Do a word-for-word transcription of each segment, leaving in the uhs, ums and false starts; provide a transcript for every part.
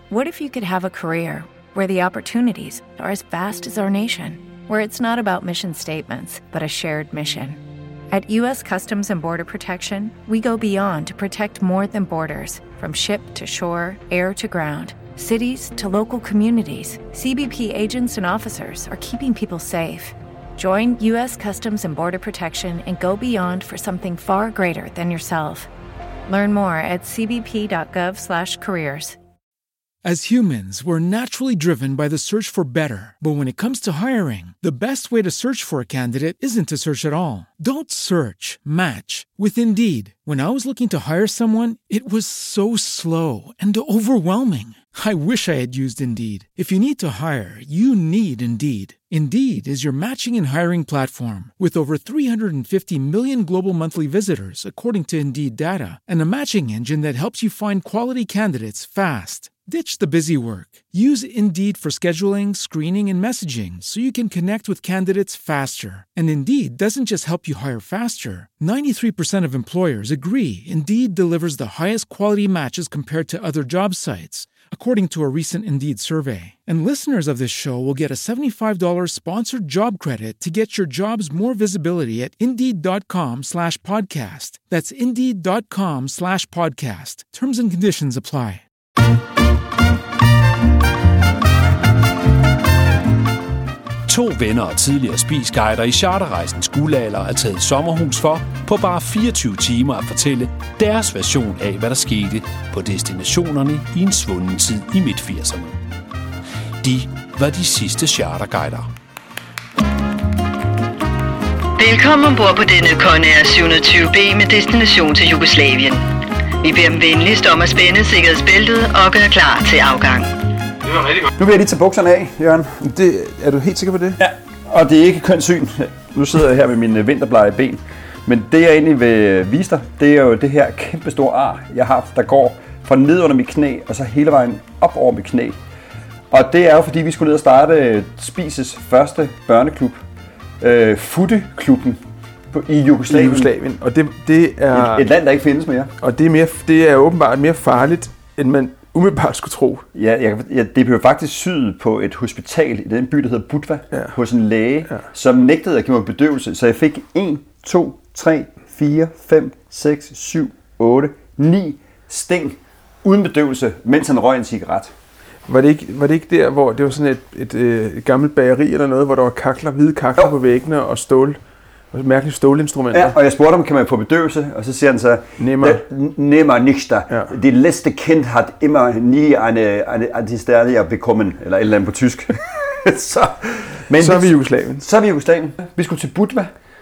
What if you could have a career where the opportunities are as vast as our nation, where it's not about mission statements, but a shared mission? At U S Customs and Border Protection, we go beyond to protect more than borders. From ship to shore, air to ground, cities to local communities, C B P agents and officers are keeping people safe. Join U S Customs and Border Protection and go beyond for something far greater than yourself. Learn more at c b p dot gov slash careers. As humans, we're naturally driven by the search for better. But when it comes to hiring, the best way to search for a candidate isn't to search at all. Don't search, match with Indeed. When I was looking to hire someone, it was so slow and overwhelming. I wish I had used Indeed. If you need to hire, you need Indeed. Indeed is your matching and hiring platform with over three hundred fifty million global monthly visitors, according to Indeed data, and a matching engine that helps you find quality candidates fast. Ditch the busy work. Use Indeed for scheduling, screening, and messaging so you can connect with candidates faster. And Indeed doesn't just help you hire faster. ninety-three percent of employers agree Indeed delivers the highest quality matches compared to other job sites, according to a recent Indeed survey. And listeners of this show will get a seventy-five dollars sponsored job credit to get your jobs more visibility at Indeed.com slash podcast. That's Indeed.com slash podcast. Terms and conditions apply. To venner og tidligere spisguider i charterrejsens guldalder er taget sommerhus for på bare fireogtyve timer at fortælle deres version af, hvad der skete på destinationerne i en svunden tid i midt firserne. De var de sidste charterguider. Velkommen ombord på denne Conair syv hundrede og tyve B med destination til Jugoslavien. Vi beder dem venligst om at spænde sikkerhedsbæltet og gøre klar til afgang. Nu vil jeg lige tage bukserne af, Jørgen. Det, er du helt sikker på det? Ja, og det er ikke kønt syn. Nu sidder jeg her med mine vinterblege ben. Men det jeg egentlig vil vise dig, det er jo det her kæmpe store ar, jeg har, der går fra ned under mit knæ, og så hele vejen op over mit knæ. Og det er jo fordi, vi skulle ned og starte Spises første børneklub, øh, Futte-klubben i Jugoslavien. I Jugoslavien. Og det, det er et, et land, der ikke findes mere. Og det er, mere, det er åbenbart mere farligt, end man umiddelbart skulle tro. Ja, jeg, ja, det blev faktisk syet på et hospital i den by, der hedder Budva, ja. Hos en læge, ja. Som nægtede at give mig bedøvelse. Så jeg fik en, to, tre, fire, fem, seks, syv, otte, ni sting uden bedøvelse, mens han røg en cigaret. Var det, ikke, var det ikke der, hvor det var sådan et, et, et, et gammelt bageri eller noget, hvor der var kakler, hvide kakler jo. På væggene og stål? Og mærkelige stålinstrumenter. Ja, og jeg spurgte ham, kan man få bedøvelse? Og så siger han så, Nimmer. Nimmer nicht da. Ja. Die letzte Kind hat immer nie eine, eine Antisteria bekommen. Eller et eller andet på tysk. så, men så er vi i Jugoslavien. Så er vi i Jugoslavien. Vi skulle til Budva.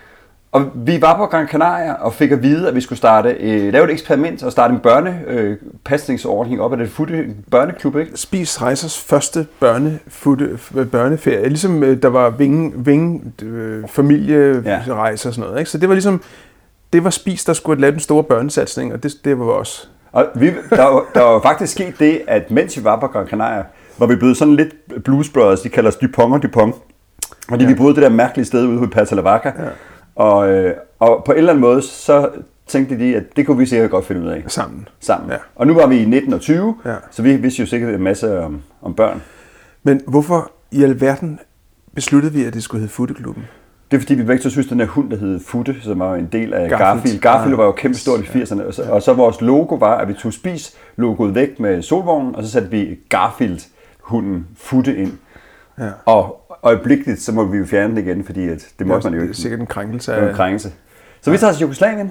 Og vi var på Gran Canaria og fik at vide, at vi skulle starte, øh, lave et eksperiment og starte en børnepasningsordning op af det Futte børneklub, ikke? Spis Rejsers første børne, futte, børneferie. Ligesom øh, der var Vinge, Vinge øh, familierejser og sådan noget, ikke? Så det var ligesom, det var Spis, der skulle lave den store børnesatsning, og det, det var os. Og vi, der, var, der var faktisk sket det, at mens vi var på Gran Canaria, var vi blevet sådan lidt Blues Brothers, de kalder os Dupont og Dupont. Fordi ja. Vi boede det der mærkelige sted ude på Pata Lavaca. Ja. Og, øh, og på en eller anden måde, så tænkte de, at det kunne vi sikkert godt finde ud af. Sammen. Sammen. Ja. Og nu var vi i nitten og tyve, ja. Så vi vidste jo sikkert en masse om, om børn. Men hvorfor i alverden besluttede vi, at det skulle hedde Futte-klubben? Det er fordi, vi begge så synes, den her hund, der hed Futte, som var en del af Garfield. Garfield. Garfield ja. Var jo kæmpe stort i firserne. Og så, og så vores logo var, at vi tog Spis-logoet væk med solvognen, og så satte vi Garfield-hunden Futte ind. Ja. Og øjeblikkeligt, så må vi jo fjerne det igen, fordi at det måtte man jo ikke. Det er sikkert en krænkelse. Af... En krænkelse. Så vi tager til Jugoslavien,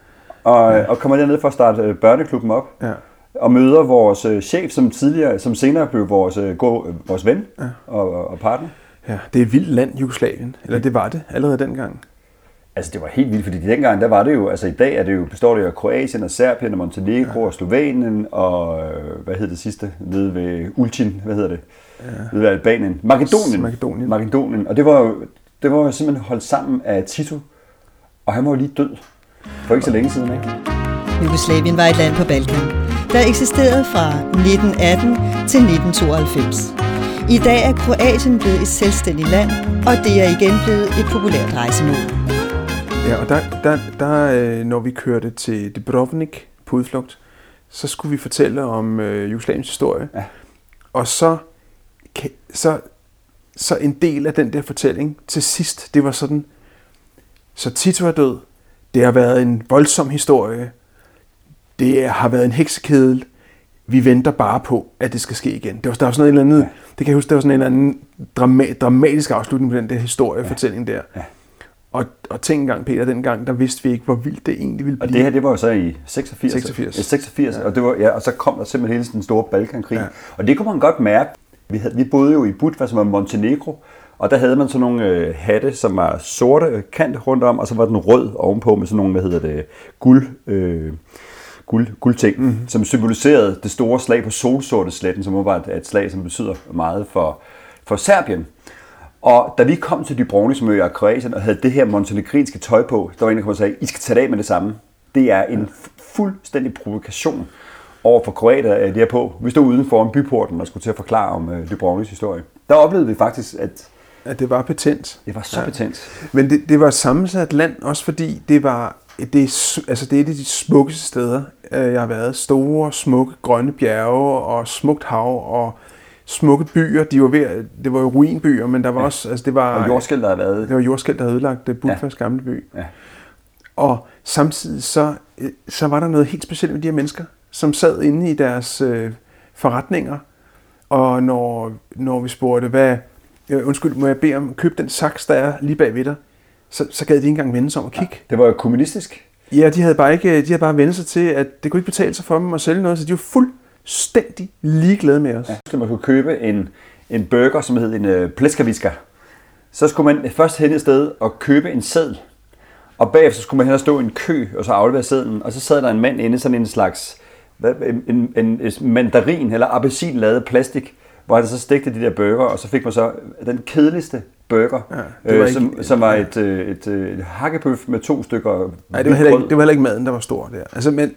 og, ja. Og kommer derned for at starte børneklubben op. Ja. Og møder vores uh, chef, som tidligere, som senere blev vores, uh, go, vores ven ja. og, og partner. Ja, det er et vildt land, Jugoslavien. Eller det var det allerede dengang. Altså det var helt vildt, fordi dengang, der var det jo, altså i dag er det jo, består det af Kroatien og Serbien og Montenegro ja. Og Slovenien og, hvad hedder det sidste, nede ved Ulcin, hvad hedder det? Ja. Ved Albanien. Makedonien. Makedonien. Makedonien. Og det var jo det var jo simpelthen holdt sammen af Tito. Og han var jo lige død. For ikke så længe siden, ikke? Jugoslavien var et land på Balkan, der eksisterede fra nitten atten til nitten tooghalvfems. I dag er Kroatien blevet et selvstændigt land, og det er igen blevet et populært rejsemål. Ja, og der, der, der når vi kørte til Dubrovnik på udflugt, så skulle vi fortælle om øh, Jugoslaviens historie. Ja. og så, så, så en del af den der fortælling til sidst, det var sådan, så Tito er død, det har været en voldsom historie, det har været en heksekedel, vi venter bare på, at det skal ske igen. Det var, der var sådan en eller anden, ja. Det kan jeg huske, der var sådan en eller anden drama, dramatisk afslutning på den der historiefortælling der. Ja. Og, og tænk engang, Peter, dengang, der vidste vi ikke, hvor vildt det egentlig ville blive. Og det her, det var jo så i seksogfirs. seksogfirs. seksogfirs ja. Og, det var, ja, og så kom der simpelthen hele den store Balkankrig. Ja. Og det kunne man godt mærke. Vi, havde, vi boede jo i Budva, som var Montenegro, og der havde man sådan nogle øh, hatte, som var sorte kant rundt om, og så var den rød ovenpå med sådan nogle, hvad hedder det, guld... Øh, Guld, guldting, mm-hmm. som symboliserede det store slag på Solsortesletten, som var et, et slag, som betyder meget for, for Serbien. Og da vi kom til Dubrovnik, som er i Kroatien, og havde det her montenegrinske tøj på, der var en, der kom og sagde, I skal tage det af med det samme. Det er en fuldstændig provokation over for kroater, at det er på. Vi stod uden for byporten og skulle til at forklare om uh, Dubrovniks historie. Der oplevede vi faktisk, at at det var patent. Det var så ja. patent. Men det, det var sammensat land, også fordi det var det er, altså det er et af de smukkeste steder, jeg har været. Store, smukke, grønne bjerge og smukt hav og smukke byer. De var ved, det var jo ruinbyer, men der var ja. også... Altså det var, og jordskælv, der havde været... Det var jordskælv, der havde ødelagt Budvas ja. gamle by. Ja. Og samtidig så, så var der noget helt specielt med de her mennesker, som sad inde i deres øh, forretninger. Og når, når vi spurgte, hvad... Undskyld, må jeg bede om, køb den saks, der er lige bagved dig? Så, så gad de ikke engang vende sig om at kigge. Ja, det var jo kommunistisk. Ja, de havde bare ikke, de havde bare vendt sig til, at det kunne ikke betale sig for dem at sælge noget, så de var fuldstændig ligeglade med os. Ja, så man kunne købe en, en burger, som hed en uh, pleskaviska. Så skulle man først hen et sted og købe en seddel. Og bagefter skulle man hen og stå i en kø, og så aflevere sedlen. Og så sad der en mand inde i sådan en slags hvad, en, en, en, en mandarin eller appelsinladet plastik, hvor han så stegte de der burger, og så fik man så den kedeligste burger, ja, øh, som, ikke, som var et, et, et, et hakkebøf med to stykker. Nej, det var heller ikke, det var heller ikke maden, der var stor der. Altså, men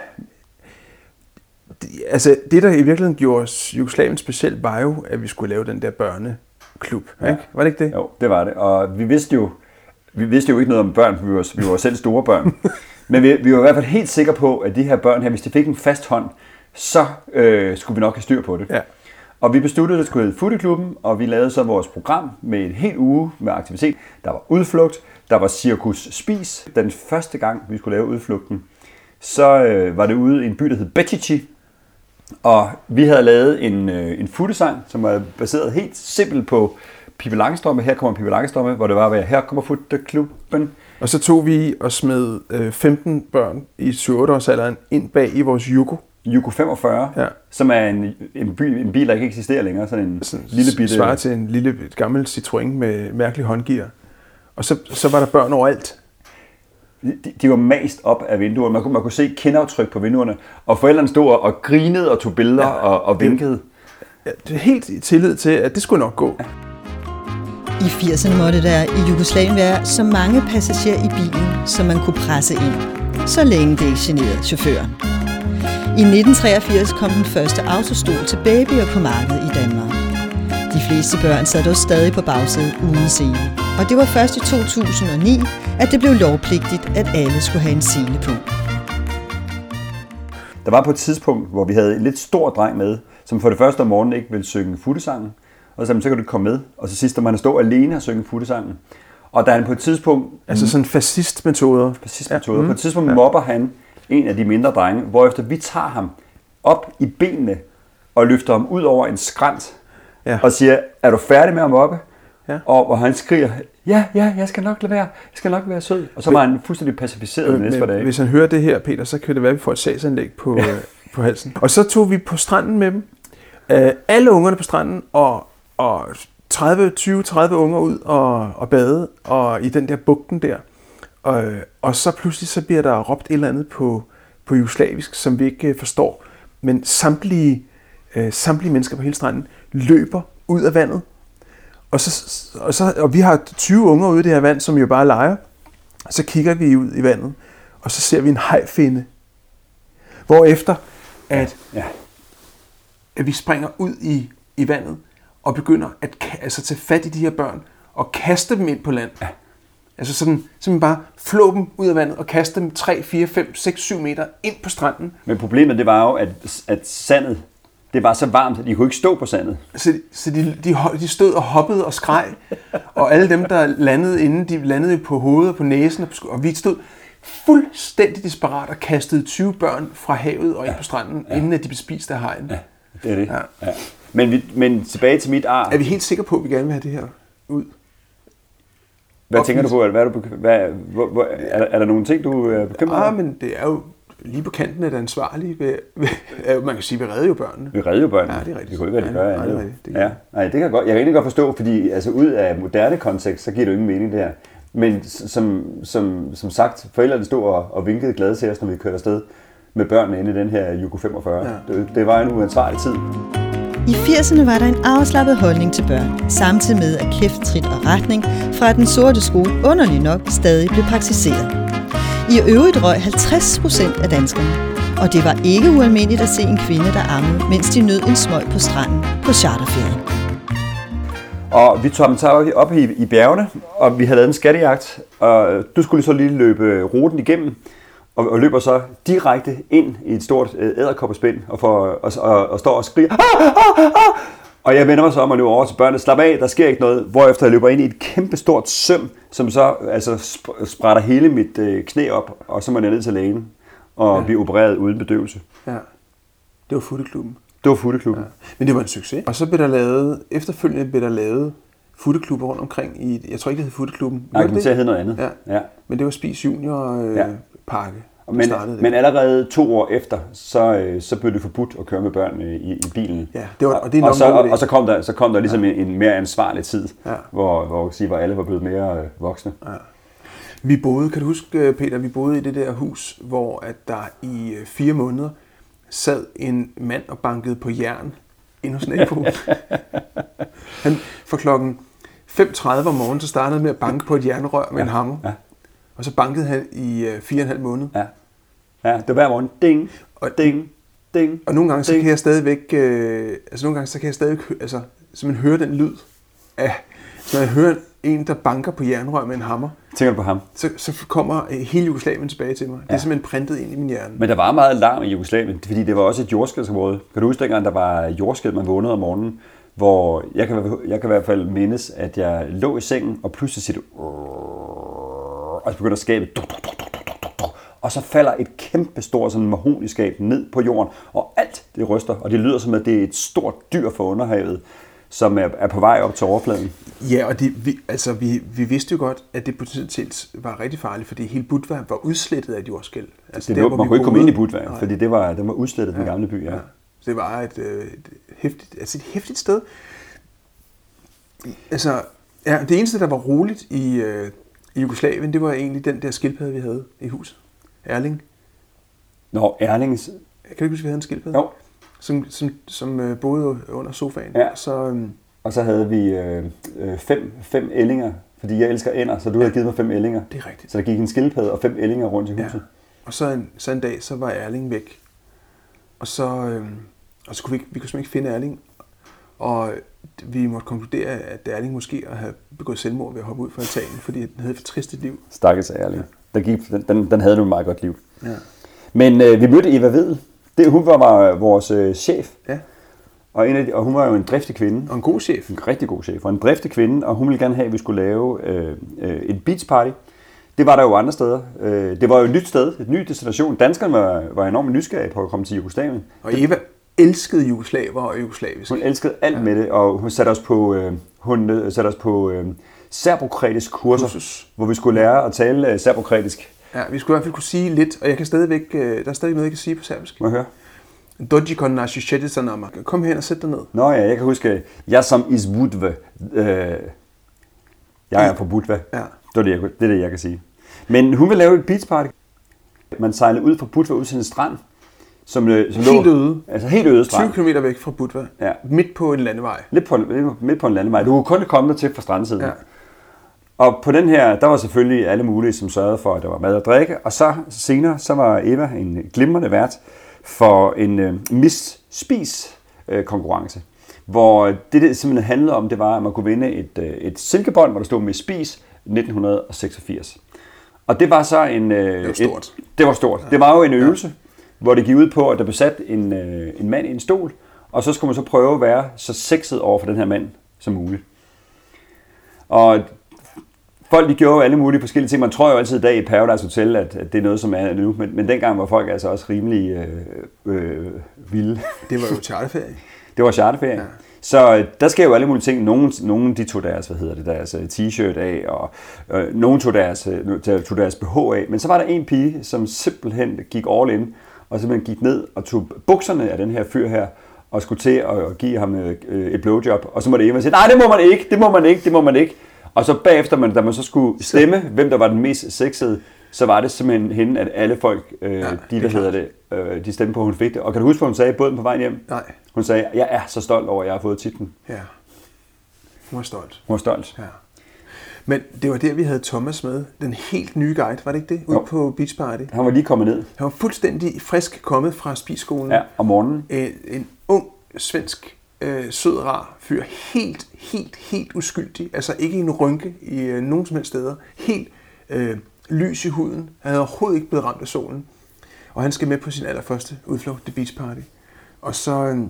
det, altså, det der i virkeligheden gjorde Jugoslavien specielt, var jo, at vi skulle lave den der børneklub. Ja. Ikke? Var det ikke det? Jo, det var det. Og vi vidste jo, vi vidste jo ikke noget om børn, for vi var, vi var selv store børn. Men vi, vi var i hvert fald helt sikre på, at de her børn her, hvis de fik en fast hånd, så øh, skulle vi nok have styr på det. Ja. Og vi besluttede, at det skulle hedde Foodieklubben, og vi lavede så vores program med en hel uge med aktivitet. Der var udflugt, der var cirkus spis. Den første gang, vi skulle lave udflugten, så øh, var det ude i en by, der hed Becici. Og vi havde lavet en, øh, en foodesang, som var baseret helt simpelt på Pippi Langstrømpe. Her kommer Pippi Langstrømpe, hvor det var, at her kommer Foodieklubben. Og så tog vi og smed øh, femten børn i syv otte års alderen ind bag i vores Yugo. Yugo femogfyrre, ja. Som er en, en, bil, en bil, der ikke eksisterer længere. Sådan en sådan lille bitte... Svarer til en lille gammel Citroën med mærkelig håndgear. Og så, så var der børn overalt. De, de var mast op af vinduerne. Man kunne, man kunne se kindaftryk på vinduerne. Og forældrene stod og grinede og tog billeder ja, og, og vinkede. Ja, det er helt i tillid til, at det skulle nok gå. Ja. I firserne måtte der i Jugoslavien være så mange passagerer i bilen, som man kunne presse ind. Så længe det ikke generede chaufføren. I nitten treogfirs kom den første autostol til babyer på markedet i Danmark. De fleste børn sad dog stadig på bagsædet uden sele. Og det var først i to tusind og ni, at det blev lovpligtigt, at alle skulle have en sele på. Der var på et tidspunkt, hvor vi havde en lidt stor dreng med, som for det første om morgenen ikke ville synge futtesangen. Og så, så kan du komme med. Og så sidst, når man stå alene og synge futtesangen. Og da han på et tidspunkt... Altså sådan fascistmetoder. Fascistmetoder. Ja. På et tidspunkt mobber han en af de mindre drenge, hvorefter vi tager ham op i benene og løfter ham ud over en skrant ja. Og siger, er du færdig med at mobbe? Ja. Og hvor han skriger, ja, ja, jeg skal nok lade være, jeg skal nok være sød. Og så var han fuldstændig pacificeret øh, næste par dage. Hvis han hører det her, Peter, så kan det være, at vi får et sagsanlæg på, ja. på halsen. Og så tog vi på stranden med dem, uh, alle ungerne på stranden, og, og tredive, tyve, tredive unger ud og, og bade, og i den der bugten der. Og, og så pludselig så bliver der råbt et eller andet på, på jugoslavisk, som vi ikke forstår. Men samtlige, øh, samtlige mennesker på hele stranden løber ud af vandet. Og, så, og, så, og vi har tyve unger ude i det her vand, som jo bare leger. Og så kigger vi ud i vandet, og så ser vi en hajfinde. Hvorefter at, ja. at vi springer ud i, i vandet og begynder at altså, tage fat i de her børn og kaste dem ind på land. Ja. Altså sådan, simpelthen bare flå dem ud af vandet og kaste dem tre, fire, fem, seks, syv meter ind på stranden. Men problemet det var jo, at, at sandet det var så varmt, at de kunne ikke stå på sandet. Så, så de, de, de stod og hoppede og skreg, og alle dem, der landede inde, de landede på hovedet og på næsen, og vi stod fuldstændig desperat og kastede tyve børn fra havet og ind på stranden, ja. inden at de blev spist af hajen. Ja, det er det. Ja. Ja. Men, vi, men tilbage til mit ar. Er vi helt sikre på, at vi gerne vil have det her ud? Hvad tænker du på? Hvad er, du, hvad, hvor, hvor, er, er der nogle ting, du er bekymret over? Ja, men det er jo lige på kanten af det ansvarlige. Ved, ved, man kan sige, at vi redder jo børnene. Vi redder jo børnene. Ja, det er rigtigt. Det kunne ikke være, de gør. Nej, det er rigtigt. Ja. Nej, det kan jeg godt. Jeg kan egentlig godt forstå, fordi altså, ud af moderne kontekst, så giver det jo ingen mening det her. Men som, som, som sagt, forældrene stod og, og vinkede glade til os, når vi kørte afsted med børnene inde i den her Yugo femogfyrre. Ja. Det, det var en uansvarlig tid. I firserne var der en afslappet holdning til børn, samtidig med at kæft, trit og retning fra den sorte skole underligt nok stadig blev praktiseret. I øvrigt røg halvtreds procent af danskerne, og det var ikke ualmindeligt at se en kvinde, der ammede, mens de nød en smøg på stranden på charterferien. Og vi tog dem så op i, i bjergene, og vi havde lavet en skattejagt, og du skulle så lige løbe ruten igennem, og, og løber så direkte ind i et stort edderkoppespind, og, for, og, og, og står og skriger. Ah, ah, ah! Og jeg vender mig så om og løber over til børnene. Slap af, der sker ikke noget. Hvorefter jeg løber ind i et kæmpe stort søm, som så altså, sp- sprætter hele mit øh, knæ op, og så må jeg ned til lægen og ja. blive opereret uden bedøvelse. Ja, det var Futteklubben. Det var Futteklubben. Ja. Men det var en succes. Og så blev der lavet, efterfølgende blev der lavet Futteklubber rundt omkring i, jeg tror ikke, det hed Futteklubben. Nej, det hed noget andet. Ja. Ja. Men det var Spis Junior øh, ja. pakke. Men, men allerede to år efter, så, så blev det forbudt at køre med børn i, i bilen. Ja, det var, og, det er og, så, og, og så kom der, så kom der ligesom ja. en, en mere ansvarlig tid, ja. hvor, hvor, hvor alle var blevet mere voksne. Ja. Vi boede, kan du huske, Peter, vi boede i det der hus, hvor at der i fire måneder sad en mand og bankede på jern inde hos naboen. Han for klokken fem tredive om morgenen, så startede med at banke på et jernrør med ja. en hammer. Ja. Og så bankede han i øh, fire og en halv måned. Ja. Ja, det var hver morgen. Ding, og, ding, ding. Og nogle gange, så kan jeg stadigvæk, øh, altså nogle gange, så kan jeg stadigvæk, altså, simpelthen høre den lyd af, når jeg hører en, der banker på jernrør med en hammer. Tænker du på ham? Så, så kommer hele Jugoslavien tilbage til mig. Ja. Det er simpelthen printet ind i min hjerne. Men der var meget larm i Jugoslavien, fordi det var også et jordskælvsområde. Kan du huske dengang, der var jordskælv, man vågnede om morgenen, hvor jeg kan, jeg kan i hvert fald mindes, at jeg lå i sengen, og pludselig siger det, og så begynder at skabe, og så falder et kæmpe stort sådan mahogniskab ned på jorden, og alt det ryster, og det lyder som, at det er et stort dyr fra underhavet, som er, er på vej op til overfladen. Ja, og det, vi, altså, vi, vi vidste jo godt, at det potentielt var rigtig farligt, fordi hele Budva var udslettet af et jordskælv. Altså, det, der, man kunne ikke komme ind i Budva, fordi det var, det var udslettet, ja, den gamle by. Ja. Ja. Så det var et, et, hæftigt, altså et hæftigt sted. Altså, ja, det eneste, der var roligt i, øh, i Jugoslavien, det var egentlig den der skildpadde, vi havde i huset. Erling. Nå, Erling. Kan du ikke huske, vi havde en skildpadde? Jo. Som, som, som øh, boede under sofaen. Ja. Så, øh, og så havde vi øh, fem, fem ællinger, fordi jeg elsker ænder, så du ja. havde givet mig fem ællinger. Det er rigtigt. Så der gik en skildpadde og fem ællinger rundt i huset. Ja. Og så en, så en dag, så var Erling væk. Og så, øh, og så kunne vi, vi kunne simpelthen ikke finde Erling. Og vi måtte konkludere, at Erling måske havde begået selvmord ved at hoppe ud fra altanen, fordi den havde et for trist et liv. Stakkels Erling. Ja. Den, den, den havde nu et meget godt liv. Ja. Men øh, vi mødte Eva Vedel. Det, hun var, var vores øh, chef. Ja. Og, en af de, og hun var jo en driftig kvinde. Og en god chef. En rigtig god chef. Og en driftig kvinde, og hun ville gerne have, at vi skulle lave øh, øh, et beach party. Det var der jo andre steder. Øh, det var jo et nyt sted, et ny destination. Danskerne var, var enormt nysgerrige på at komme til Jugoslavien. Og Eva elskede jugoslaver og jugoslavisk. Hun elskede alt ja. med det, og hun satte os på, øh, hun satte os på øh, serbokretisk kurser, kursus. Hvor vi skulle lære at tale øh, serbokretisk. Ja, vi skulle i hvert fald kunne sige lidt, og jeg kan stadigvæk, øh, der er stadig noget, jeg kan sige på serbisk. Må jeg høre? Dodjikon naši šedicanama. Kom hen og sæt dig ned. Nå ja, jeg kan huske, jeg som iz Budva. Øh, jeg er fra Budva. Ja. Det er det, jeg, det er det, jeg kan sige. Men hun vil lave et beach party. Man sejlede ud fra Budva ud til en strand. Som, som helt lå, øde. Altså helt øde strand. tyve kilometer væk fra Budva. Ja. Midt på en landevej. Lidt på, midt på en landevej. Du kunne kun komme der til fra strandsiden. Ja. Og på den her, der var selvfølgelig alle mulige, som sørgede for, at der var mad og drikke. Og så senere, så var Eva en glimrende vært for en uh, Miss Spis-konkurrence. Uh, hvor det, det simpelthen handlede om, det var, at man kunne vinde et, uh, et silkebånd, hvor der stod Miss Spis nitten seksogfirs. Og det var så en... Uh, det var stort. Et, det var stort. Ja. Det var jo en øvelse, ja. hvor det gik ud på, at der blev sat en, uh, en mand i en stol, og så skulle man så prøve at være så sexet over for den her mand som muligt. Og folk de gjorde jo alle mulige forskellige ting. Man tror jo altid i dag i Paradise Hotel, at, at det er noget, som er nu, men, men dengang var folk altså også rimelig øh, øh, vilde. Det var jo charterferie. Det var charterferie. Ja. Så der sker jo alle mulige ting. Nogle, nogle de tog deres, hvad hedder det, deres t-shirt af, og øh, nogle tog deres, tog deres B H af. Men så var der en pige, som simpelthen gik all in, og simpelthen gik ned og tog bukserne af den her fyr her, og skulle til at give ham et blowjob. Og så må det Eva sige, nej, det må man ikke, det må man ikke, det må man ikke. Og så bagefter, da man så skulle stemme, hvem der var den mest sexede, så var det simpelthen hende, at alle folk, øh, ja, de, hvad hedder det, øh, de stemte på, at hun fik det. Og kan du huske, hvad hun sagde båden på vejen hjem? Nej. Hun sagde, jeg er så stolt over, at jeg har fået titlen. Ja, hun var stolt. Hun var stolt. Ja. Men det var der, vi havde Thomas med, den helt nye guide, var det ikke det? Ude på Beach Party. Han var lige kommet ned. Han var fuldstændig frisk kommet fra spiskolen. Ja, om morgenen. En, en ung, svensk, øh, sød, rar fyr. Helt, helt, helt uskyldig. Altså ikke en rynke i øh, nogen som helst steder. Helt øh, lys i huden. Han havde overhovedet ikke blevet ramt af solen. Og han skal med på sin allerførste udflugt til Beach Party. Og så, øh,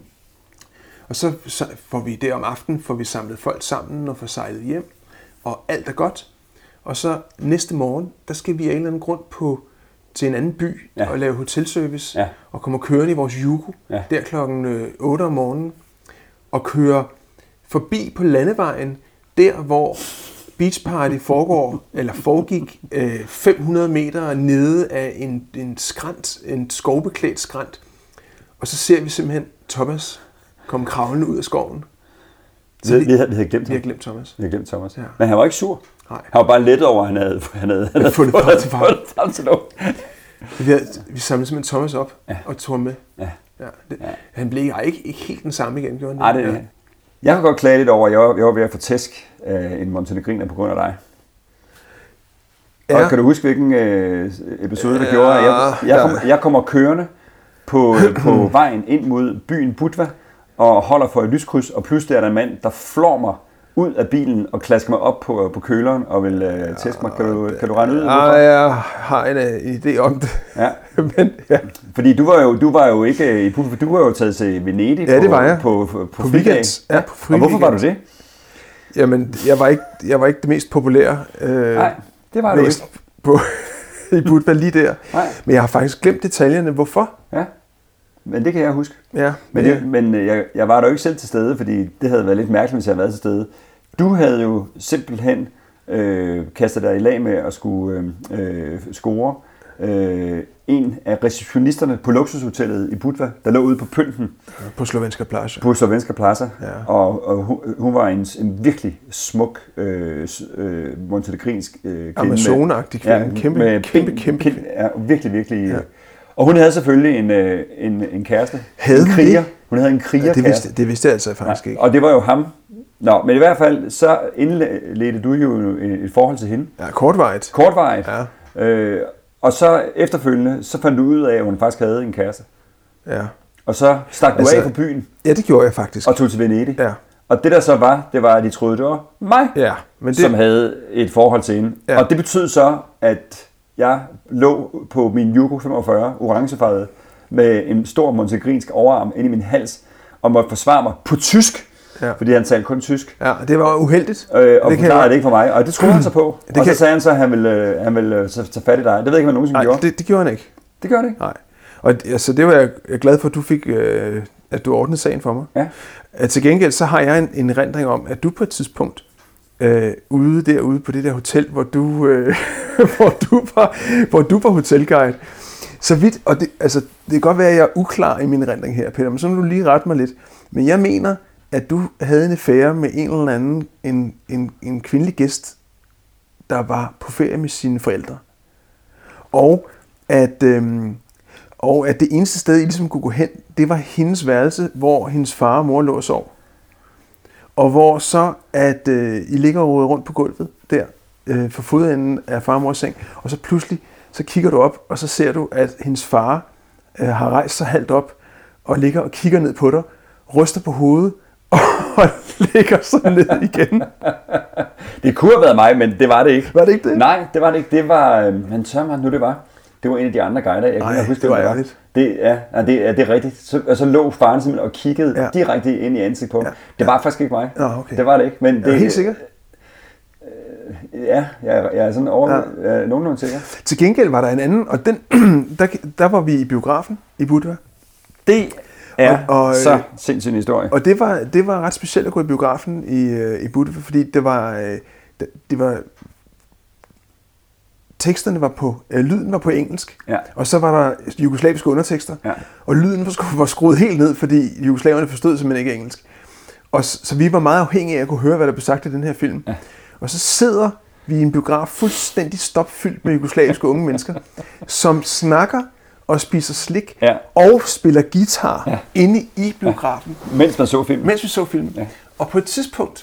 og så, så får vi der om aftenen, får vi samlet folk sammen og får sejlet hjem. Og alt er godt. Og så næste morgen, der skal vi af en eller anden grund på, til en anden by, ja, og lave hotelservice, ja, og komme kørende i vores Yugo, ja, der klokken otte om morgenen, og køre forbi på landevejen, der hvor Beach Party foregår, eller foregik øh, fem hundrede meter nede af en, en skrant, en skovbeklædt skrant. Og så ser vi simpelthen Thomas komme kravlende ud af skoven. Så vi, vi, havde, vi havde glemt Vi havde glemt Thomas. Vi havde glemt Thomas. Ja. Men han var ikke sur. Nej. Han var bare lettet over, at han havde, han havde, han havde fundet frem til noget. Vi, havde, vi samlede simpelthen Thomas op, ja, og tog ham med. Ja. Ja, det, ja. Han blev ikke, ikke helt den samme igen, gjorde han? Nej, det er ja. Jeg kan godt klage lidt over, at jeg var, jeg var ved at få tæsk af en montenegriner på grund af dig. Ja. Og kan du huske, hvilken øh, episode, der ja, gjorde, at jeg, jeg, kom, jeg kommer kørende på, på vejen ind mod byen Budva, og holder for et lyskryds, og pludselig er der en mand, der flår mig ud af bilen og klasker mig op på, på køleren og vil øh, tæske mig. Kan du, kan du regne ud? Ja, jeg har en uh, idé om det. Ja. Men, ja. Fordi du var jo, du var jo ikke i Budva, du var jo taget til Venedig ja, det var jeg. på, på, på, på weekend. Ja, på og hvorfor var du det? Jamen, jeg var ikke, jeg var ikke det mest populære. Øh, Nej, det var du ikke. På, i Budva lige der. Nej. Men jeg har faktisk glemt detaljerne. Hvorfor? Ja. Men det kan jeg huske. Ja, men det, men jeg, jeg var der jo ikke selv til stede, fordi det havde været lidt mærkeligt, hvis jeg havde været til stede. Du havde jo simpelthen øh, kastet dig i lag med at skulle øh, score øh, en af receptionisterne på luksushotellet i Budva, der lå ude på pynten. På Slovenska Plaza. På Slovenska Plaza. Ja. Og, og hun, hun var en, en virkelig smuk øh, øh, montenegrinsk øh, kvinde. Amazon-agtig kvinde. Ja, kæmpe, med kæmpe, kæmpe, kæmpe. Ja, virkelig, virkelig. Ja. Og hun havde selvfølgelig en, en, en kæreste. Havde en kriger. Hun havde en kriger. Ja, det, vidste, det vidste jeg altså faktisk ja, ikke. Og det var jo ham. Nå, men i hvert fald, så indledte du jo et forhold til hende. Ja, kortvarigt. Kortvarigt. Ja. Øh, og så efterfølgende, så fandt du ud af, at hun faktisk havde en kæreste. Ja. Og så stak du altså, af fra byen. Ja, det gjorde jeg faktisk. Og tog til Venedig. Ja. Og det der så var, det var, at de troede, det var mig, ja, men det... som havde et forhold til hende. Ja. Og det betød så, at jeg lå på min Yugo femogfyrre, orangefarvet, med en stor montenegrinsk overarm inde i min hals, og måtte forsvare mig på tysk, ja, fordi han talte kun tysk. Ja, det var uheldigt. Øh, og det forklarede jeg... det ikke for mig, og det troede han så på. Det og kan... så sagde han så, at han ville, han ville tage fat i dig. Det ved jeg ikke, hvad nogensinde Nej, gjorde. Det, det gjorde han ikke. Det gjorde han ikke? Nej. Og altså, det var jeg glad for, at du fik, øh, at du ordnede sagen for mig. Ja. At til gengæld, så har jeg en, en erindring om, at du på et tidspunkt, Øh, ude derude på det der hotel, hvor du, øh, hvor du var, hvor du var hotelguide. Så vidt, og det, altså, det kan godt være, at jeg er uklar i min erindring her, Peter, men så må du lige rette mig lidt. Men jeg mener, at du havde en affære med en eller anden, en, en, en kvindelig gæst, der var på ferie med sine forældre. Og at, øh, og at det eneste sted, I ligesom kunne gå hen, det var hendes værelse, hvor hendes far og mor lå og sov. Og hvor så, at øh, I ligger og roder rundt på gulvet der, øh, for fodenden af far og mors seng, og så pludselig, så kigger du op, og så ser du, at hendes far øh, har rejst sig halvt op, og ligger og kigger ned på dig, ryster på hovedet, og ligger så ned igen. Det kunne have været mig, men det var det ikke. Var det ikke det? Nej, det var det ikke. Det var, øh, men tør mig nu det var. Det var en af de andre guider, jeg kunne huske, det var ærligt. Det, ja, ja, det, ja, det er rigtigt. Så, og så lå faren simpelthen og kiggede ja. direkte ind i ansigtet på. Ja. Det var ja. faktisk ikke mig. Ja, okay. Det var det ikke. Men det, er du helt sikker? Øh, ja, jeg, jeg er sådan over ja. jeg er nogenlunde sikker. Til gengæld var der en anden, og den, der, der var vi i biografen i Budva. Det er og, og, så sindssygt historie. Og det var, det var ret specielt at gå i biografen i, i Budva, fordi det var, det, det var teksterne var på, øh, lyden var på engelsk, ja. og så var der jugoslaviske undertekster, ja. og lyden var, var skruet helt ned, fordi jugoslaverne forstod simpelthen ikke engelsk. Og så, så vi var meget afhængige af at kunne høre, hvad der blev sagt i den her film. Ja. Og så sidder vi i en biograf fuldstændig stopfyldt med jugoslaviske unge mennesker, som snakker og spiser slik, ja. og spiller guitar ja. inde i biografen. Ja. Mens man så filmen. Mens vi så filmen. Ja. Og på et tidspunkt,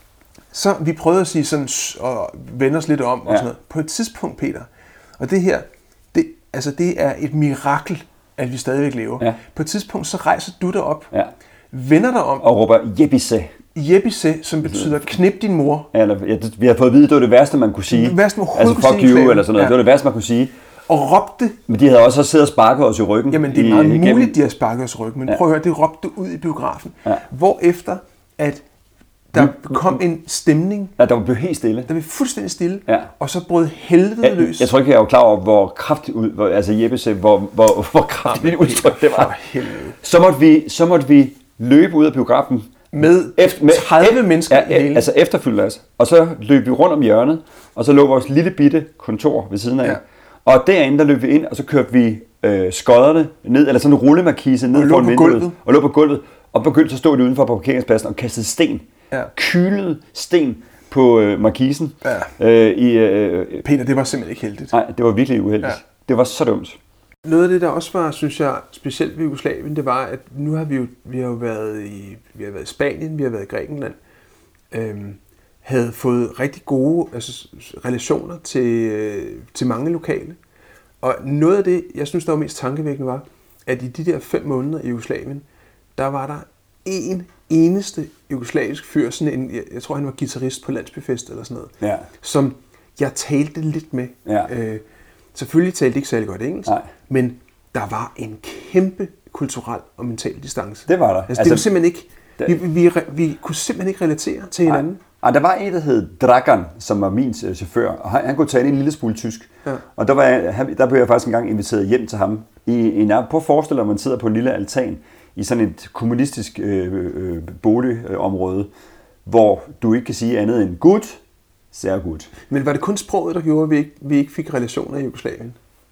så vi prøvede at sige sådan, og vende os lidt om, og ja. sådan noget. På et tidspunkt, Peter, og det her, det, altså det er et mirakel, at vi stadigvæk lever. Ja. På et tidspunkt, så rejser du dig op, ja. vender dig om, og råber Jebise. Jebise, som betyder knip din mor. Ja, eller, ja, vi har fået at vide, at det var det værste, man kunne sige. Det værste, man altså fuck you, eller sådan noget. Ja. Det var det værste, man kunne sige. Og råbte. Men de havde også siddet og sparket os i ryggen. Jamen, det er meget i, muligt, de har sparket os i ryggen. Men ja. prøv at høre, det råbte ud i biografen. Ja. Hvorefter, at der kom en stemning. Ja, der blev helt stille. Der blev fuldstændig stille. Ja. Og så brød helvede ja, løs. Jeg tror ikke, jeg var klar over, hvor kraftigt ud, hvor, altså Jeppe hvor, hvor, hvor kraftigt ja, udtryk det var. Så måtte, vi, så måtte vi løbe ud af biografen. Med, efter, med tredive mennesker ja, ja, altså efterfølgende os. Og så løb vi rundt om hjørnet, og så lå vores lille bitte kontor ved siden af. Ja. Og derinde, der løb vi ind, og så kørte vi øh, skodderne ned, eller sådan en rullemarkise ned foran vinduet. Og lå på gulvet. Og begyndte så at stå udenfor på parkeringspladsen og kastede sten. Ja. Kylede sten på øh, markisen. Ja. Øh, i, øh, Peter, det var simpelthen ikke heldigt. Nej, det var virkelig uheldigt. Ja. Det var så dumt. Noget af det, der også var, synes jeg, specielt ved Jugoslavien, det var, at nu har vi jo, vi har jo været i, vi har været i Spanien, vi har været i Grækenland, øhm, havde fået rigtig gode altså, relationer til, øh, til mange lokale. Og noget af det, jeg synes, der var mest tankevækkende, var, at i de der fem måneder i Jugoslavien, der var der en eneste jugoslavisk fyr, sådan en, jeg, jeg tror, han var guitarist på landsbyfest eller sådan noget, ja. som jeg talte lidt med. Ja. Øh, selvfølgelig talte de ikke særlig godt engelsk, nej. Men der var en kæmpe kulturel og mental distance. Det var der. Altså, altså det var simpelthen ikke, vi, vi, vi, vi kunne simpelthen ikke relatere til hinanden. Nej. Og der var en, der hed Dragan, som var min chauffør, og han, han kunne tale en lille smule tysk. Ja. Og der, var jeg, der blev jeg faktisk engang inviteret hjem til ham. I en på at forestille, at man sidder på en lille altan i sådan et kommunistisk øh, øh, boligområde, hvor du ikke kan sige andet end gut, sehr gut. Men var det kun sproget, der gjorde, at vi ikke, vi ikke fik relationer i Jugoslavien?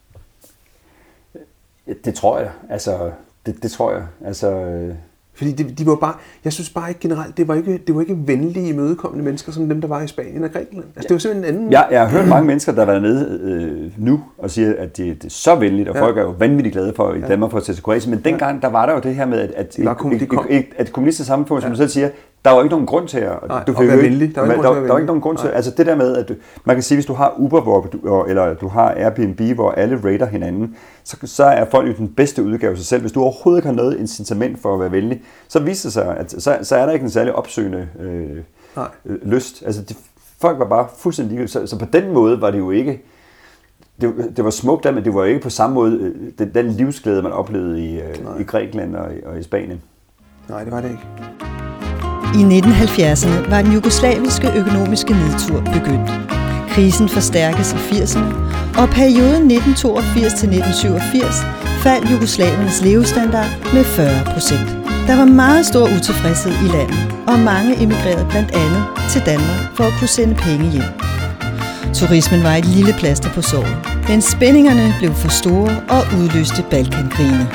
Det tror jeg. Altså, det, det tror jeg. Altså, øh... Fordi de, de var bare, jeg synes bare ikke generelt, det var ikke, det var ikke venlige, imødekommende mennesker, som dem, der var i Spanien og Grækenland. Altså, det var simpelthen en anden... Ja, jeg har hørt mange mennesker, der har været nede øh, nu og siger, at det, det er så venligt, og ja. Folk er jo vanvittigt glade for i ja. Danmark for at tage til Kroatien. Men dengang, der var der jo det her med, at, at, de kom, et, de kom. et, et, et kommunistisk samfund, som ja. Du selv siger, der var jo ikke nogen grund til at... Nej, du at være venlig. Der var, der, der, der var ikke nogen grund til... Altså det der med, at du, man kan sige, hvis du har Uber, hvor du, eller du har Airbnb, hvor alle rater hinanden, så, så er folk jo den bedste udgave af sig selv. Hvis du overhovedet ikke har noget incitament for at være venlig, så viser det sig, at så, så er der ikke en særlig opsøgende øh, øh, lyst. Altså de, folk var bare fuldstændig... Så, så på den måde var det jo ikke... Det, det var smukt der, men det var ikke på samme måde den, den livsglæde, man oplevede i, i Grækenland og, og i Spanien. Nej, det var det ikke. I nitten halvfjerdserne var den jugoslaviske økonomiske nedtur begyndt. Krisen forstærkes i firserne, og perioden nitten toogfirs til nitten syvogfirs faldt jugoslavernes levestandard med fyrre procent. Der var meget stor utilfredshed i landet, og mange emigrerede blandt andet til Danmark for at kunne sende penge hjem. Turismen var et lille plaster på såret, men spændingerne blev for store og udløste Balkankrigene.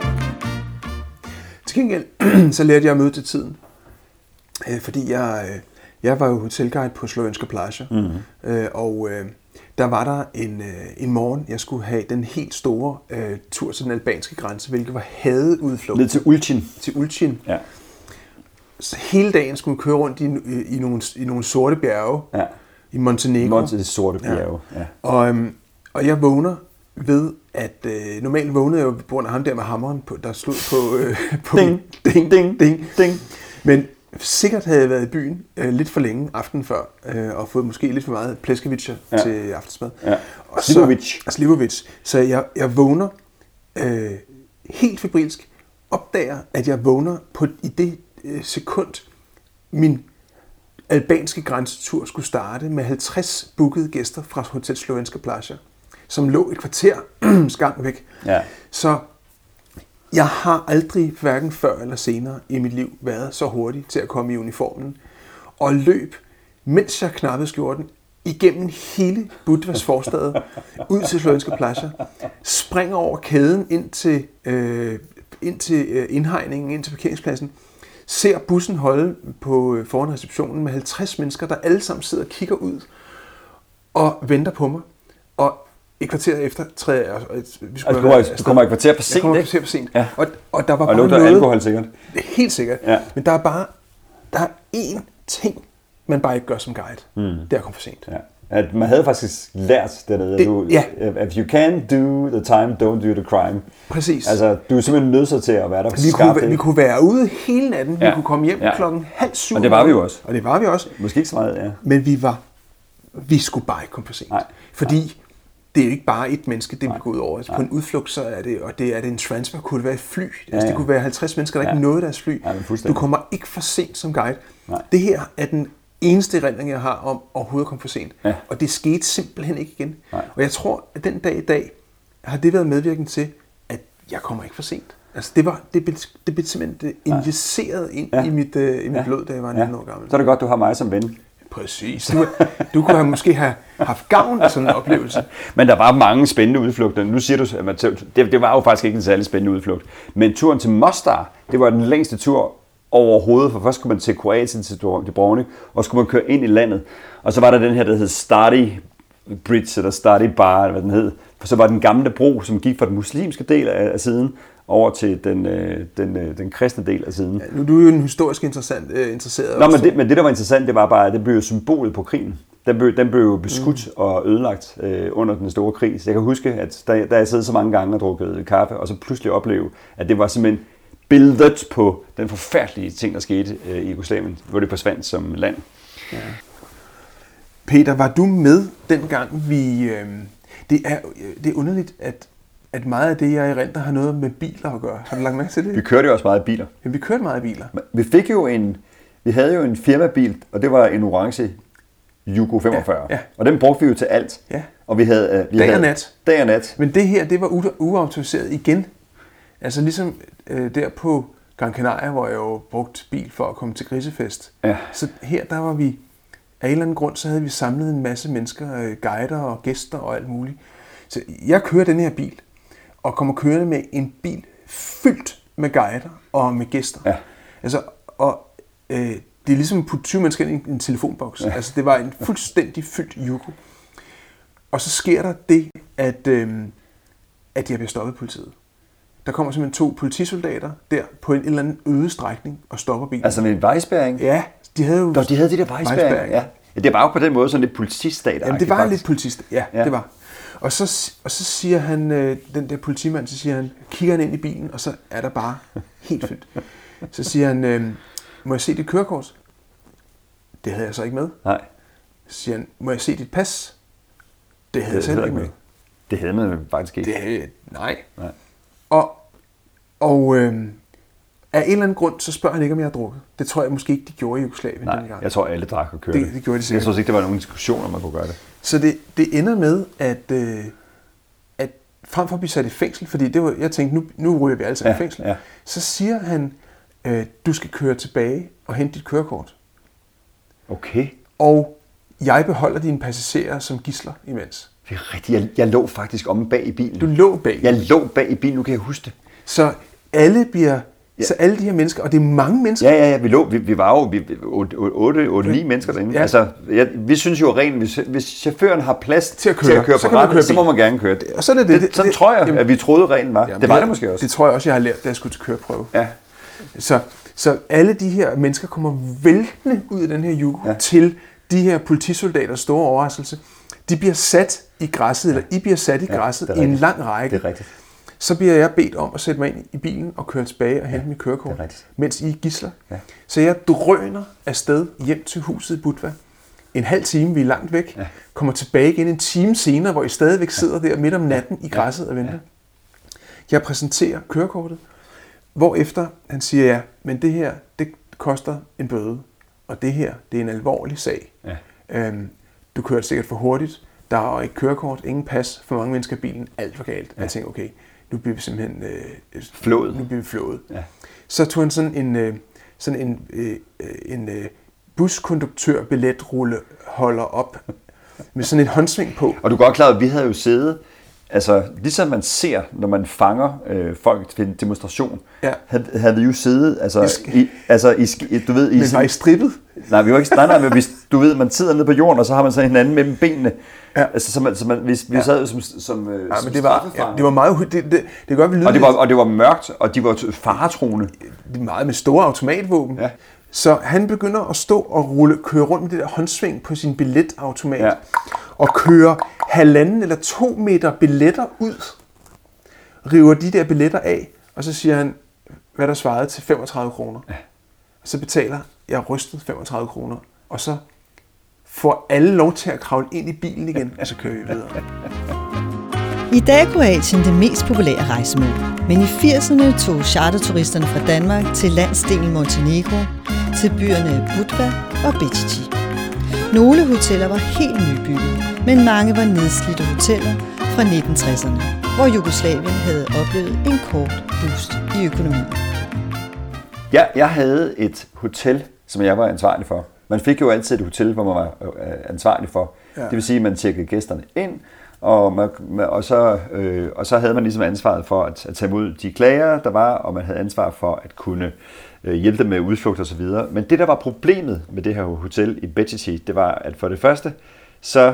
Til gengæld så lærte jeg at møde til tiden, fordi jeg, jeg var jo hotelguide på Slovenska Plaža, mm-hmm. og der var der en, en morgen, jeg skulle have den helt store uh, tur til den albanske grænse, hvilket var hadeudflugt. Ned til Ulcin. Til Ulcin. Ja. Så hele dagen skulle man køre rundt i, i, i, nogle, i nogle sorte bjerge. Ja. I Montenegro. Montenegro sorte bjerge, ja. ja. Og, øhm, og jeg vågner ved, at øh, normalt vågnede jeg jo på grund af ham der med hammeren, på, der slog på... Øh, på ding, ding, ding, ding, ding. Men sikkert havde jeg været i byen øh, lidt for længe aftenen før, øh, og fået måske lidt for meget plæskevitcher ja. til aftensmad. Ja. Og Slivovic. Så, Slivovic. Så jeg, jeg vågner øh, helt febrilsk, opdager, at jeg vågner på i det øh, sekund, min albanske grænsetur skulle starte med halvtreds bookede gæster fra Hotel Slovenska Plaža, som lå et kvarter skang væk. Ja. Så jeg har aldrig, hverken før eller senere i mit liv, været så hurtig til at komme i uniformen og løb, mens jeg knappede skjorten, igennem hele Budvas forstad, ud til Slovenska Plaža, springer over kæden ind til, øh, ind til øh, indhegningen, ind til parkeringspladsen, ser bussen holde på øh, foran receptionen med halvtreds mennesker, der alle sammen sidder og kigger ud og venter på mig. Og et kvarter efter træder jeg... Vi skulle altså, du kommer et kvarter for sent, jeg kommer et kvarter for sent. Ja. Og, og der var og bare noget... alkohol sikkert. Helt sikkert. Ja. Men der er bare... Der er én ting, man bare ikke gør som guide. Mm. Det er at komme for sent. Ja. At man havde faktisk lært dernede, det, du, ja. if you can do the time, don't do the crime. Præcis. Altså, du er simpelthen nødt til at være der på vi kunne, vi kunne være ude hele natten, ja. Vi kunne komme hjem ja. klokken halv syv. Og det var vi jo også. Og det var vi også. Måske ikke så meget, ja. Men vi var, vi skulle bare ikke komme for sent. Nej. Fordi Nej. det er jo ikke bare et menneske, det vi går ud over. Altså, på en udflugt, så er det, og det er det en transfer, kunne det være et fly. Altså, ja, ja. Det kunne være halvtreds mennesker, der ja. ikke nåede deres fly. Ja, du kommer ikke for sent som guide. Nej. Det her er den eneste erindring, jeg har om overhovedet at komme for sent. Ja. Og det skete simpelthen ikke igen. Nej. Og jeg tror, at den dag i dag har det været medvirkende til, at jeg kommer ikke for sent. Altså det var det blev, det blev simpelthen injiceret ind ja. i mit, uh, i mit ja. blod, da jeg var nitten ja. år gammel. Så er det godt, du har mig som ven. Præcis. Du, du kunne have måske have haft gavn af sådan en oplevelse. Men der var mange spændende udflugter. Nu siger du, at det, det var jo faktisk ikke en særlig spændende udflugt. Men turen til Mostar, det var den længste tur overhovedet, for først skulle man til Kroatien, til Dubrovnik, og så skulle man køre ind i landet. Og så var der den her, der hed Stari Bridge, eller Stari Bar, eller hvad den hed. For så var den gamle bro, som gik fra den muslimske del af, af siden, over til den, øh, den, øh, den kristne del af siden. Ja, nu du er du jo en historisk interessant, øh, interesseret. Nå, men det, men det, der var interessant, det var bare, at det blev symbolet på krigen. Den blev, den blev beskudt mm. og ødelagt øh, under den store krig. Så jeg kan huske, at da, da jeg sad så mange gange og drukkede kaffe, og så pludselig opleve, at det var simpelthen billedet på den forfærdelige ting, der skete øh, i Jugoslavien, hvor det forsvandt som land. Ja. Peter, var du med dengang vi... Øh, det, er, det er underligt, at, at meget af det, jeg erindrer, har noget med biler at gøre. Har du lagt mærke til det? Vi kørte jo også meget i biler. Ja, vi kørte meget i biler. Vi fik jo en... Vi havde jo en firmabil, og det var en orange Yugo femogfyrre. Ja, ja. Og den brugte vi jo til alt. Ja. Og vi havde... Vi dag og havde, nat. Dag og nat. Men det her, det var u- uautoriseret igen. Altså ligesom øh, der på Gran Canaria, hvor jeg jo brugte bil for at komme til grisefest. Ja. Så her, der var vi, af en eller anden grund, så havde vi samlet en masse mennesker, øh, guider og gæster og alt muligt. Så jeg kører den her bil, og kommer kørende med en bil fyldt med guider og med gæster. Ja. Altså, og øh, det er ligesom at putte tyve mennesker ind i en telefonboks. Ja. Altså, det var en fuldstændig fyldt Yugo. Og så sker der det, at, øh, at jeg bliver stoppet af politiet. Der kommer simpelthen to politisoldater der på en eller anden øde strækning og stopper bilen. Altså med en vejspærring? Ja, de havde jo... Nå, de havde det der vejspærring, ja. Ja. Det var jo på den måde sådan lidt politistat. Jamen, det var faktisk lidt politistat, ja, ja, det var. Og så, og så siger han, øh, den der politimand, så siger han, kigger han ind i bilen, og så er der bare helt fyldt. Så siger han, øh, må jeg se dit kørekort? Det havde jeg så ikke med. Nej. Så siger han, må jeg se dit pas? Det havde det jeg selv ikke med. Det havde man faktisk ikke. Det havde, nej. nej. Og, og øh, af en eller anden grund, så spørger han ikke, om jeg har drukket. Det tror jeg måske ikke, de gjorde i Jugoslavien Nej, dengang. Jeg tror, alle drak og kørte. Det, det gjorde de sikkert. Jeg tror ikke, der var nogen diskussion, om man kunne gøre det. Så det, det ender med, at, øh, at frem for at blive sat i fængsel, fordi det var, jeg tænkte, nu, nu ryger vi alle sammen ja, i fængsel, ja. Så siger han, øh, du skal køre tilbage og hente dit kørekort. Okay. Og jeg beholder dine passagerer som gidsler imens. Det er rigtigt. Jeg, jeg lå faktisk omme bag i bilen. Du lå bag? Jeg lå bag i bilen, nu kan jeg huske det. Så alle bliver... Ja. Så alle de her mennesker, og det er mange mennesker. Ja, ja, ja. Vi, lå, vi, vi var jo otte ni mennesker derinde. Ja. Altså, jeg, vi synes jo rent, hvis, hvis chaufføren har plads til at køre, til at køre på retten, så må man gerne køre det. Og så er det det. det sådan det, tror jeg, jamen, at vi troede reglen var. Jamen, det var det måske også. Det tror jeg også, jeg har lært, da jeg skulle til køreprøve. Ja. Så, så alle de her mennesker kommer væltende ud af den her Yugo ja. til de her politisoldaters store overraskelse. De bliver sat i græsset, eller I bliver sat i græsset ja, i en lang række. Det er rigtigt. Så bliver jeg bedt om at sætte mig ind i bilen og køre tilbage og hente ja, mit kørekort, mens I er gidsler. Ja. Så jeg drøner afsted hjem til huset i Budva. En halv time, vi er langt væk. Ja. Kommer tilbage igen en time senere, hvor I stadigvæk sidder der midt om natten i græsset og venter. Ja. Jeg præsenterer kørekortet, hvorefter han siger, ja, men det her, det koster en bøde. Og det her, det er en alvorlig sag. Ja. Øhm, du kører sikkert for hurtigt. Der er jo ikke kørekort, ingen pas, for mange mennesker i bilen, alt for galt. Ja. Jeg tænker, okay, nu bliver vi simpelthen øh, flået. Nu bliver vi flået. Ja. Så tog han sådan en, øh, sådan en, øh, en øh, buskonduktør-billetrulle holder op med sådan et håndsving på. Og du er godt klar, at vi havde jo siddet, altså ligesom man ser, når man fanger øh, folk til en demonstration, ja. havde, havde vi jo siddet, altså, i, altså i, du ved... I men var I strippet? Nej, vi var ikke, nej, nej, men hvis, du ved, man sidder nede på jorden, og så har man sådan hinanden mellem benene. Ja. Altså, så man, så man, hvis vi ja. sad som, som, ja, men som det var, ja, det var meget, det, det, det, det godt, vi lyder og det var, og det var mørkt, og de var faretroende. Det er meget med store automatvåben. Ja. Så han begynder at stå og rulle, køre rundt med det der håndsving på sin billetautomat, ja. og køre halvanden eller to meter billetter ud, river de der billetter af, og så siger han, hvad der svarede til femogtredive kroner. Ja. Så betaler jeg rystet femogtredive kroner, og så får alle lov til at kravle ind i bilen igen, og så kører vi videre. I dag er Kroatien det mest populære rejsemål, men i firserne tog charterturisterne fra Danmark til landsdelen Montenegro, til byerne Budva og Bečići. Nogle hoteller var helt nybyggede, men mange var nedslidte hoteller fra nitten tresserne, hvor Jugoslavien havde oplevet en kort boost i økonomien. Ja, jeg havde et hotel, som jeg var ansvarlig for. Man fik jo altid et hotel, hvor man var ansvarlig for. Ja. Det vil sige, at man tjekkede gæsterne ind, og, man, og, så, øh, og så havde man ligesom ansvaret for at, at tage imod de klager, der var, og man havde ansvar for at kunne øh, hjælpe dem med udflugt og så videre. Men det, der var problemet med det her hotel i Bečići, det var, at for det første, så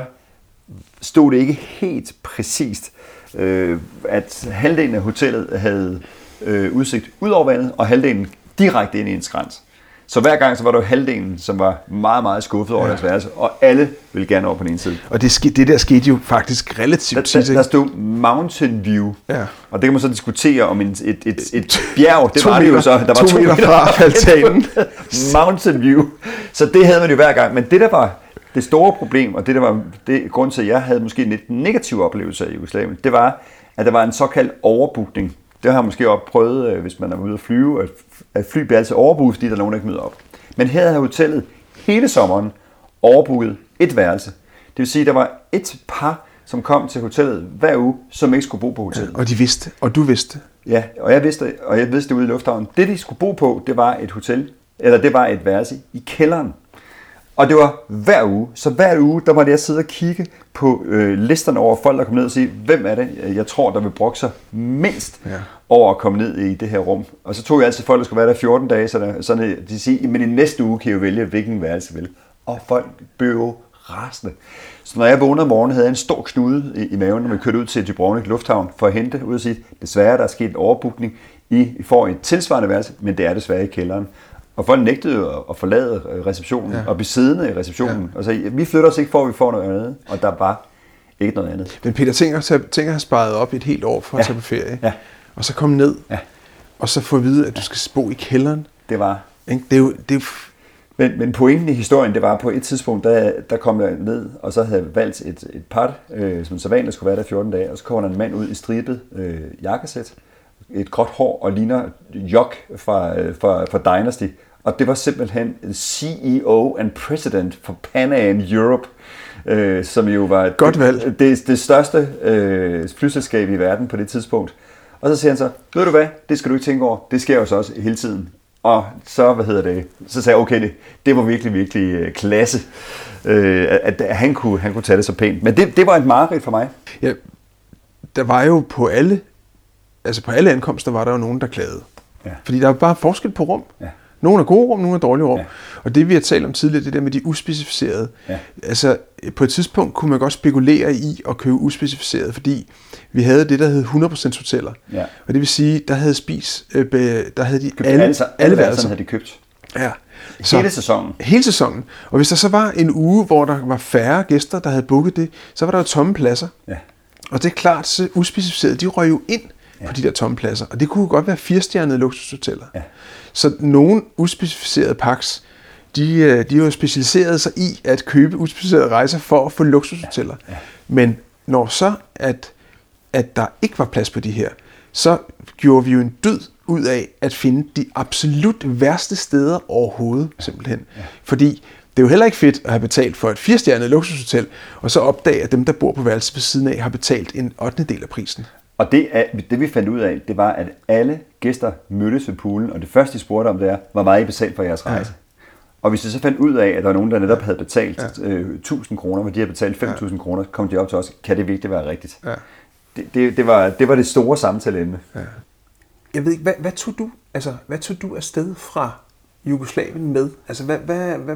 stod det ikke helt præcist, øh, at halvdelen af hotellet havde øh, udsigt ud over vandet, og halvdelen direkte ind i en skrænt. Så hver gang så var der jo halvdelen, som var meget, meget skuffet over ja. deres værelse, og alle ville gerne over på den ene side. Og det, ske, det der skete jo faktisk relativt tit. Der, der stod Mountain View, ja. og det kan man så diskutere om en, et, et, et bjerg, det var det jo så. Der var to, to meter fra altanen. Mountain View. Så det havde man jo hver gang. Men det der var det store problem, og det der var det grund til, at jeg havde måske en lidt negativ oplevelse i Jugoslavien, det var, at der var en såkaldt overbookning. Det har jeg måske også prøvet, hvis man er ude at flyve, at fly bliver altid overbooket, fordi der er nogen, der ikke møder op. Men her havde hotellet hele sommeren overbooket et værelse. Det vil sige, at der var et par, som kom til hotellet hver uge, som ikke skulle bo på hotellet. Ja, og de vidste, og du vidste. Ja, og jeg vidste, og jeg vidste det ude i lufthavnen. Det, de skulle bo på, det var et hotel, eller det var et værelse i kælderen. Og det var hver uge. Så hver uge, der måtte jeg sidde og kigge på øh, listerne over folk, der kom ned og sige, hvem er det, jeg tror, der vil brokke sig mindst ja. over at komme ned i det her rum. Og så tog jeg altid folk, der skulle være der fjorten dage, så der, sådan, de siger, men i næste uge kan jeg jo vælge, hvilken værelse vil. Og folk blev jo rasende. Så når jeg vågnede om morgenen, havde jeg en stor knude i, i maven, når vi kørte ud til Dubrovnik Lufthavn for at hente ud og sige, desværre der er sket en overbookning. I får et tilsvarende værelse, men det er desværre i kælderen. Og folk nægtede jo at forlade receptionen ja. og blive siddende i receptionen. Ja. Og så vi flytter os ikke for, at vi får noget andet. Og der var ikke noget andet. Men Peter tænker, tænker at have sparet op et helt år for at ja. tage på ferie. Ja. Og så komme ned. Ja. Og så få at vide, at du skal bo i kælderen. Det var... Det er jo... Det er jo... Men, men pointen i historien, det var på et tidspunkt, der, der kom jeg ned, og så havde jeg valgt et, et par, øh, som så vanligt skulle være der fjorten dage. Og så kommer der en mand ud i stribet øh, jakkesæt. Et gråt hår og ligner Jok fra, fra, fra Dynasty. Og det var simpelthen C E O and President for Pan Am Europe, øh, som jo var Godt valg. det, det største øh, flyselskab i verden på det tidspunkt. Og så siger han så, ved du hvad, det skal du ikke tænke over, det sker jo så også hele tiden. Og så, hvad hedder det, så sagde jeg, okay, det, det var virkelig, virkelig øh, klasse, øh, at, at han, kunne, han kunne tage det så pænt. Men det, det var et mareridt for mig. Ja, der var jo på alle, altså på alle ankomster var der jo nogen, der klagede. Ja. Fordi der var bare forskel på rum. Ja. Nogle er gode rum, nogle er dårlige rum. Ja. Og det vi har talt om tidligere, det der med de uspecificerede. Ja. Altså på et tidspunkt kunne man godt spekulere i at købe uspecificerede, fordi vi havde det, der hed hundrede procent hoteller. Ja. Og det vil sige, der havde spis, øh, der havde de alle, alle, alle værelser havde de købt. Ja. Så, hele sæsonen. Hele sæsonen. Og hvis der så var en uge, hvor der var færre gæster, der havde booket det, så var der jo tomme pladser. Ja. Og det er klart, så uspecificerede, de røg jo ind ja. på de der tomme pladser. Og det kunne godt være firestjernede luksushoteller. Ja. Så nogle uspecificerede paks, de, de har jo specialiseret sig i at købe uspecificerede rejser for at få luksushoteller. Ja. Ja. Men når så, at, at der ikke var plads på de her, så gjorde vi jo en dyd ud af at finde de absolut værste steder overhovedet, simpelthen. Ja. Fordi det er jo heller ikke fedt at have betalt for et firestjernet luksushotel, og så opdage, at dem, der bor på værelset ved siden af, har betalt en ottende del af prisen. Og det, det vi fandt ud af, det var, at alle gæster mødtes ved poolen, og det første, de spurgte om, det er, hvor meget I betalte for jeres rejse. Ja. Og hvis de så fandt ud af, at der var nogen, der netop havde betalt ja. øh, tusind kroner, hvor de havde betalt fem tusind ja. kroner, kom de op til os, kan det virkelig være rigtigt? Ja. Det, det, det, var, det var det store samtaleemne. Ja. Jeg ved ikke, hvad, hvad, tog du, altså, hvad tog du afsted fra Jugoslavien med? Altså, hvad, hvad, hvad,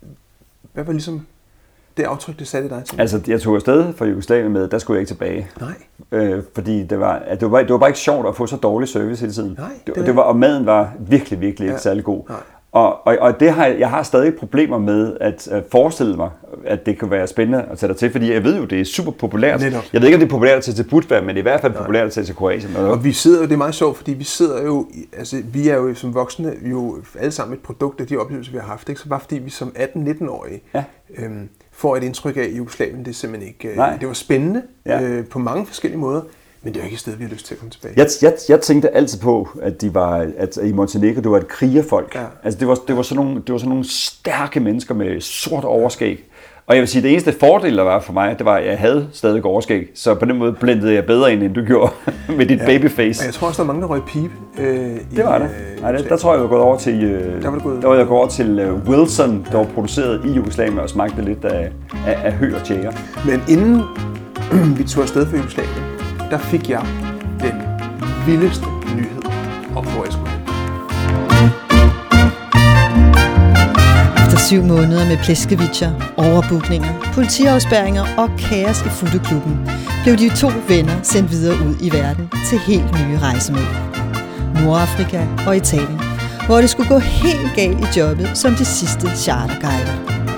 hvad var ligesom det aftryk, det satte i dig til? Altså, jeg tog afsted fra Jugoslavien med, der skulle jeg ikke tilbage. Nej. Øh, fordi det var, at det, var, det var bare ikke sjovt at få så dårlig service hele tiden. Nej, det, det, det var, og maden var virkelig, virkelig ja. ikke særlig god. Nej. Og, og, og det har, jeg har stadig problemer med at, at forestille mig, at det kan være spændende at tage dig til, fordi jeg ved jo, det er super populært. Netop. Jeg ved ikke, om det er populært at tage til Budva, men det er i hvert fald Nej. populært at tage til Kroatien. Og vi sidder jo, det er meget sjovt, fordi vi sidder jo, altså vi er jo som voksne jo alle sammen et produkt af de oplevelser, vi har haft, ikke? Så bare fordi vi som atten-nitten-årige ja. øhm, får et indtryk af, at Jugoslavien, det er simpelthen ikke, øh, det var spændende ja. øh, på mange forskellige måder. Men det er jo ikke et sted, vi har lyst til at komme tilbage. Jeg, jeg, jeg tænkte altid på, at de var, at i Montenegro, det var et krigerfolk. Ja. Altså det var, det var sådan nogle, det var sådan nogle stærke mennesker med sort overskæg. Og jeg vil sige, at det eneste fordel, der var for mig, det var, at jeg havde stadig overskæg. Så på den måde blendede jeg bedre ind, end du gjorde med dit ja. babyface. Og jeg tror også, der er mange, der røg pibe. Øh, det var det. Øh, Nej, det, der tror jeg, jeg var gået over til, øh, der var, gået... der var jeg gået over til uh, Wilson, der var produceret i Jugoslavien og smagte lidt af, af, af hø og tjæger. Men inden vi tog afsted for Jugoslavien, der fik jeg den vildeste nyhed om, hvor jeg skulle. Efter syv måneder med plæskevitcher, overbookninger, politiafspærringer og kaos i Fotoklubben, blev de to venner sendt videre ud i verden til helt nye rejsemål. Nordafrika og Italien, hvor det skulle gå helt galt i jobbet som de sidste charterguider.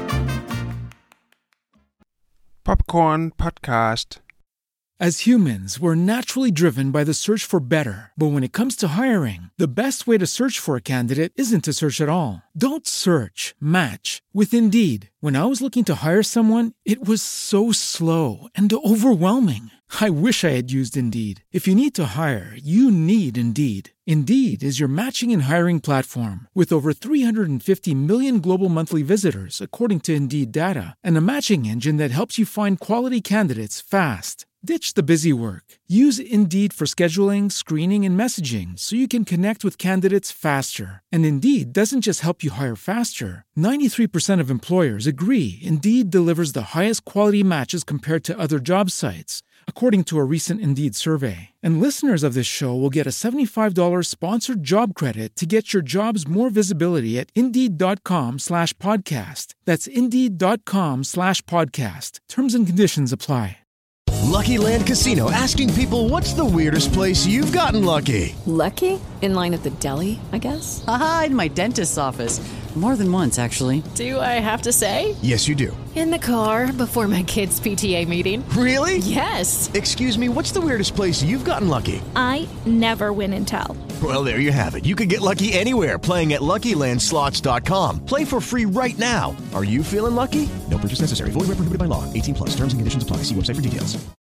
Popcorn Podcast. As humans, we're naturally driven by the search for better. But when it comes to hiring, the best way to search for a candidate isn't to search at all. Don't search, match with Indeed. When I was looking to hire someone, it was so slow and overwhelming. I wish I had used Indeed. If you need to hire, you need Indeed. Indeed is your matching and hiring platform with over three hundred fifty million global monthly visitors, according to Indeed data, and a matching engine that helps you find quality candidates fast. Ditch the busy work. Use Indeed for scheduling, screening, and messaging so you can connect with candidates faster. And Indeed doesn't just help you hire faster. ninety-three percent of employers agree Indeed delivers the highest quality matches compared to other job sites, according to a recent Indeed survey. And listeners of this show will get a seventy-five dollars sponsored job credit to get your jobs more visibility at Indeed.com slash podcast. That's Indeed.com slash podcast. Terms and conditions apply. Lucky Land Casino, asking people, what's the weirdest place you've gotten lucky? Lucky? In line at the deli, I guess? Aha, in my dentist's office. More than once, actually. Do I have to say? Yes, you do. In the car before my kids' P T A meeting. Really? Yes. Excuse me, what's the weirdest place you've gotten lucky? I never win and tell. Well, there you have it. You can get lucky anywhere, playing at Lucky Land Slots dot com. Play for free right now. Are you feeling lucky? No purchase necessary. Void where prohibited by law. eighteen plus. Terms and conditions apply. See website for details.